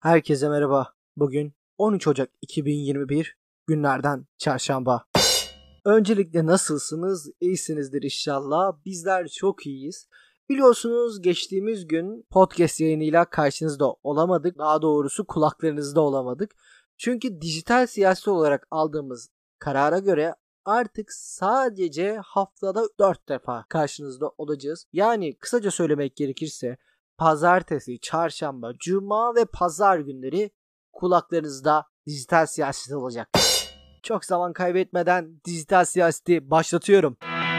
Herkese merhaba. Bugün 13 Ocak 2021 günlerden çarşamba. Öncelikle nasılsınız? İyisinizdir inşallah. Bizler çok iyiyiz. Biliyorsunuz geçtiğimiz gün podcast yayınıyla karşınızda olamadık. Daha doğrusu kulaklarınızda olamadık. Çünkü dijital siyaset olarak aldığımız karara göre artık sadece haftada 4 defa karşınızda olacağız. Yani kısaca söylemek gerekirse pazartesi, çarşamba, cuma ve pazar günleri kulaklarınızda dijital siyaset olacak. Çok zaman kaybetmeden dijital siyaseti başlatıyorum.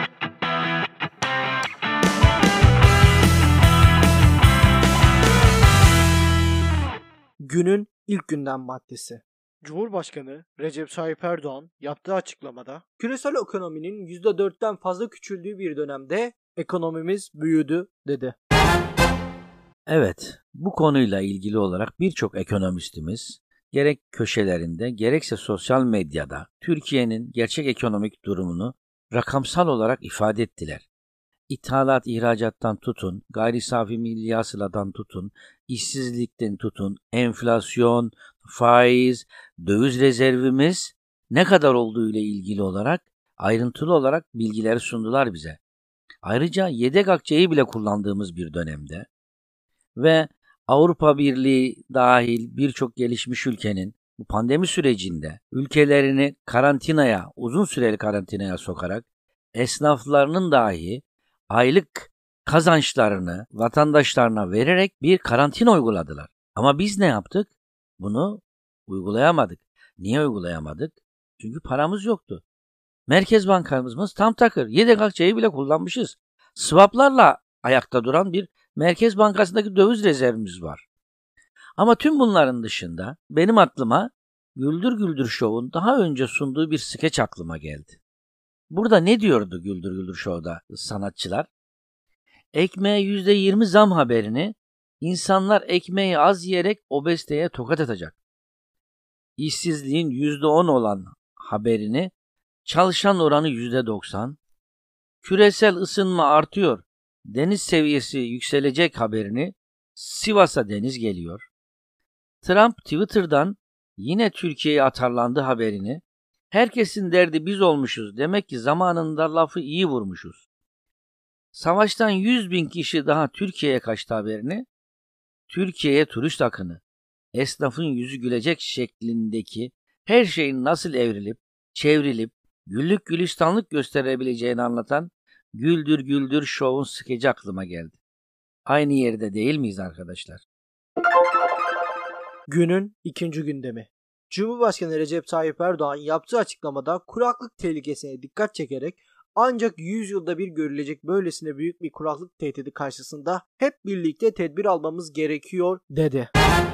Günün ilk gündem maddesi. Cumhurbaşkanı Recep Tayyip Erdoğan yaptığı açıklamada küresel ekonominin %4'ten fazla küçüldüğü bir dönemde ekonomimiz büyüdü dedi. Evet, bu konuyla ilgili olarak birçok ekonomistimiz gerek köşelerinde gerekse sosyal medyada Türkiye'nin gerçek ekonomik durumunu rakamsal olarak ifade ettiler. İthalat, ihracattan tutun, gayri safi milli hasıladan tutun, işsizlikten tutun, enflasyon, faiz, döviz rezervimiz ne kadar olduğu ile ilgili olarak ayrıntılı olarak bilgileri sundular bize. Ayrıca yedek akçeyi bile kullandığımız bir dönemde ve Avrupa Birliği dahil birçok gelişmiş ülkenin bu pandemi sürecinde ülkelerini karantinaya, uzun süreli karantinaya sokarak esnaflarının dahi aylık kazançlarını vatandaşlarına vererek bir karantina uyguladılar. Ama biz ne yaptık? Bunu uygulayamadık. Niye uygulayamadık? Çünkü paramız yoktu. Merkez Bankamız tam takır. Yedek akçeyi bile kullanmışız. Swaplarla ayakta duran bir Merkez Bankası'ndaki döviz rezervimiz var. Ama tüm bunların dışında benim aklıma Güldür Güldür Show'un daha önce sunduğu bir skeç aklıma geldi. Burada ne diyordu Güldür Güldür Show'da sanatçılar? Ekmeğe %20 zam haberini insanlar ekmeği az yiyerek obeziteye tokat atacak. İşsizliğin %10 olan haberini çalışan oranı %90, küresel ısınma artıyor, deniz seviyesi yükselecek haberini Sivas'a deniz geliyor. Trump Twitter'dan yine Türkiye'ye atarlandı haberini herkesin derdi biz olmuşuz demek ki zamanında lafı iyi vurmuşuz. Savaştan 100.000 kişi daha Türkiye'ye kaçtı haberini Türkiye'ye turist akını, esnafın yüzü gülecek şeklindeki her şeyin nasıl evrilip, çevrilip, güllük gülistanlık gösterebileceğini anlatan Güldür Güldür Show'un skeci aklıma geldi. Aynı yerde değil miyiz arkadaşlar? Günün ikinci gündemi. Cumhurbaşkanı Recep Tayyip Erdoğan yaptığı açıklamada kuraklık tehlikesine dikkat çekerek ancak 100 yılda bir görülecek böylesine büyük bir kuraklık tehdidi karşısında hep birlikte tedbir almamız gerekiyor dedi.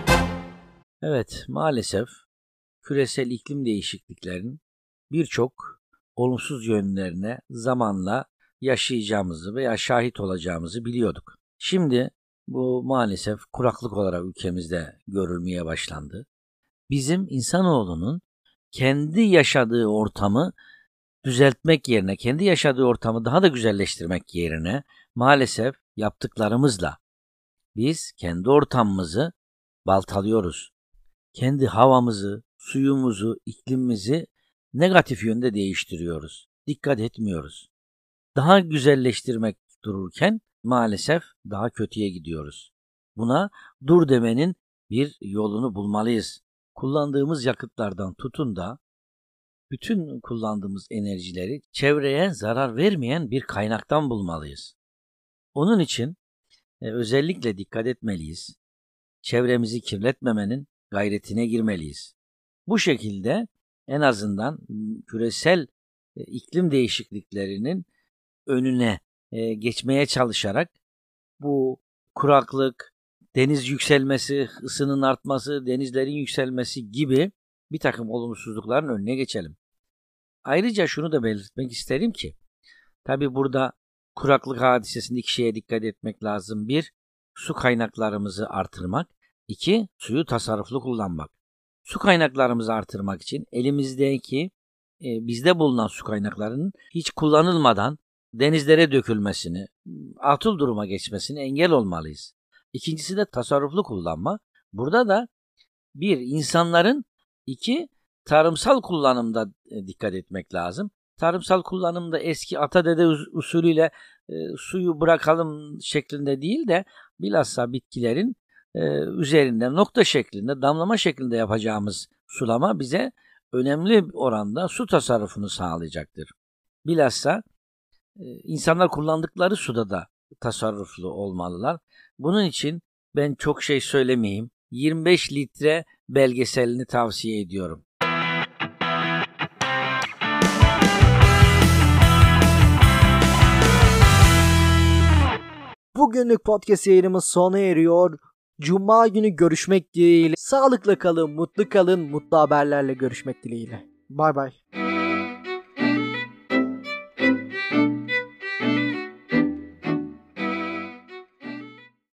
Evet, maalesef küresel iklim değişikliklerinin birçok olumsuz yönlerine zamanla yaşayacağımızı veya şahit olacağımızı biliyorduk. Şimdi bu maalesef kuraklık olarak ülkemizde görülmeye başlandı. Bizim insanoğlunun kendi yaşadığı ortamı düzeltmek yerine, kendi yaşadığı ortamı daha da güzelleştirmek yerine maalesef yaptıklarımızla biz kendi ortamımızı baltalıyoruz. Kendi havamızı, suyumuzu, iklimimizi negatif yönde değiştiriyoruz. Dikkat etmiyoruz. Daha güzelleştirmek dururken maalesef daha kötüye gidiyoruz. Buna dur demenin bir yolunu bulmalıyız. Kullandığımız yakıtlardan tutun da bütün kullandığımız enerjileri çevreye zarar vermeyen bir kaynaktan bulmalıyız. Onun için özellikle dikkat etmeliyiz. Çevremizi kirletmemenin gayretine girmeliyiz. Bu şekilde en azından küresel iklim değişikliklerinin önüne geçmeye çalışarak bu kuraklık, deniz yükselmesi, ısının artması, denizlerin yükselmesi gibi bir takım olumsuzlukların önüne geçelim. Ayrıca şunu da belirtmek isterim ki, tabii burada kuraklık hadisesinde iki şeye dikkat etmek lazım. Bir, su kaynaklarımızı artırmak. İki, suyu tasarruflu kullanmak. Su kaynaklarımızı artırmak için elimizdeki, bizde bulunan su kaynaklarının hiç kullanılmadan denizlere dökülmesini, atıl duruma geçmesini engel olmalıyız. İkincisi de tasarruflu kullanma. Burada da Bir, insanların. İki, tarımsal kullanımda dikkat etmek lazım. Tarımsal kullanımda eski ata-dede usulüyle suyu bırakalım şeklinde değil de bilhassa bitkilerin üzerinde nokta şeklinde, damlama şeklinde yapacağımız sulama bize önemli oranda su tasarrufunu sağlayacaktır. Bilhassa insanlar kullandıkları suda da tasarruflu olmalılar. Bunun için ben çok şey söylemeyeyim. 25 litre belgeselini tavsiye ediyorum. Bugünlük podcast yayınımız sona eriyor. Cuma günü görüşmek dileğiyle. Sağlıkla kalın, mutlu kalın, mutlu haberlerle görüşmek dileğiyle. Bay bay.